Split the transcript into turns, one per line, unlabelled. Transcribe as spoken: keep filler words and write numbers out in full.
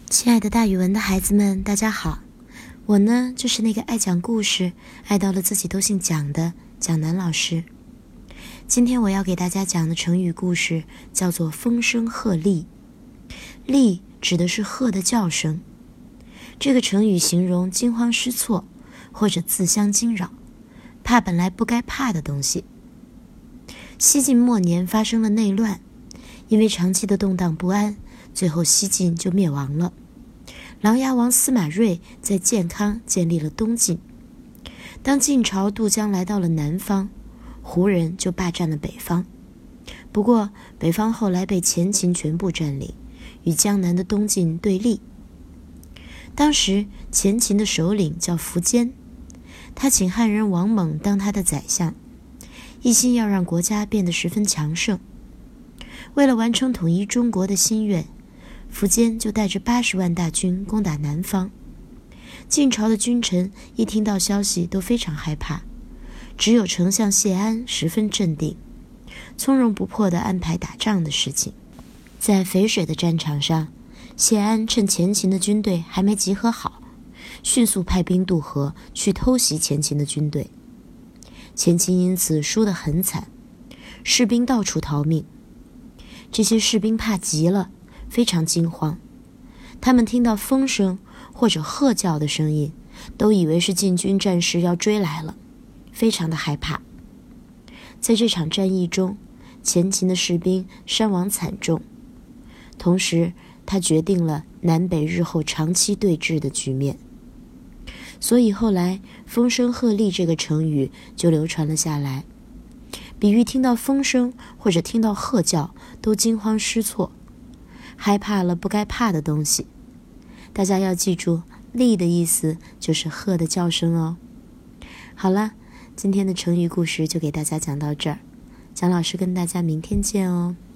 亲爱的大语文的孩子们，大家好，我呢就是那个爱讲故事爱到了自己都姓蒋的蒋楠老师。今天我要给大家讲的成语故事叫做风声鹤唳。唳指的是鹤的叫声，这个成语形容惊慌失措或者自相惊扰，怕本来不该怕的东西。西晋末年发生了内乱，因为长期的动荡不安，最后西晋就灭亡了。琅琊王司马睿在建康建立了东晋。当晋朝渡江来到了南方，胡人就霸占了北方。不过北方后来被前秦全部占领，与江南的东晋对立。当时前秦的首领叫苻坚，他请汉人王猛当他的宰相，一心要让国家变得十分强盛。为了完成统一中国的心愿，苻坚就带着八十万大军攻打南方。晋朝的君臣一听到消息都非常害怕，只有丞相谢安十分镇定，从容不迫地安排打仗的事情。在淝水的战场上，谢安趁前秦的军队还没集合好，迅速派兵渡河去偷袭前秦的军队。前秦因此输得很惨，士兵到处逃命。这些士兵怕极了，非常惊慌，他们听到风声或者鹤叫的声音，都以为是晋军战士要追来了，非常的害怕。在这场战役中，前秦的士兵伤亡惨重，同时他决定了南北日后长期对峙的局面。所以后来风声鹤唳这个成语就流传了下来，比喻听到风声或者听到鹤叫都惊慌失措，害怕了不该怕的东西。大家要记住，唳的意思就是鹤的叫声哦。好了，今天的成语故事就给大家讲到这儿，蒋老师跟大家明天见哦。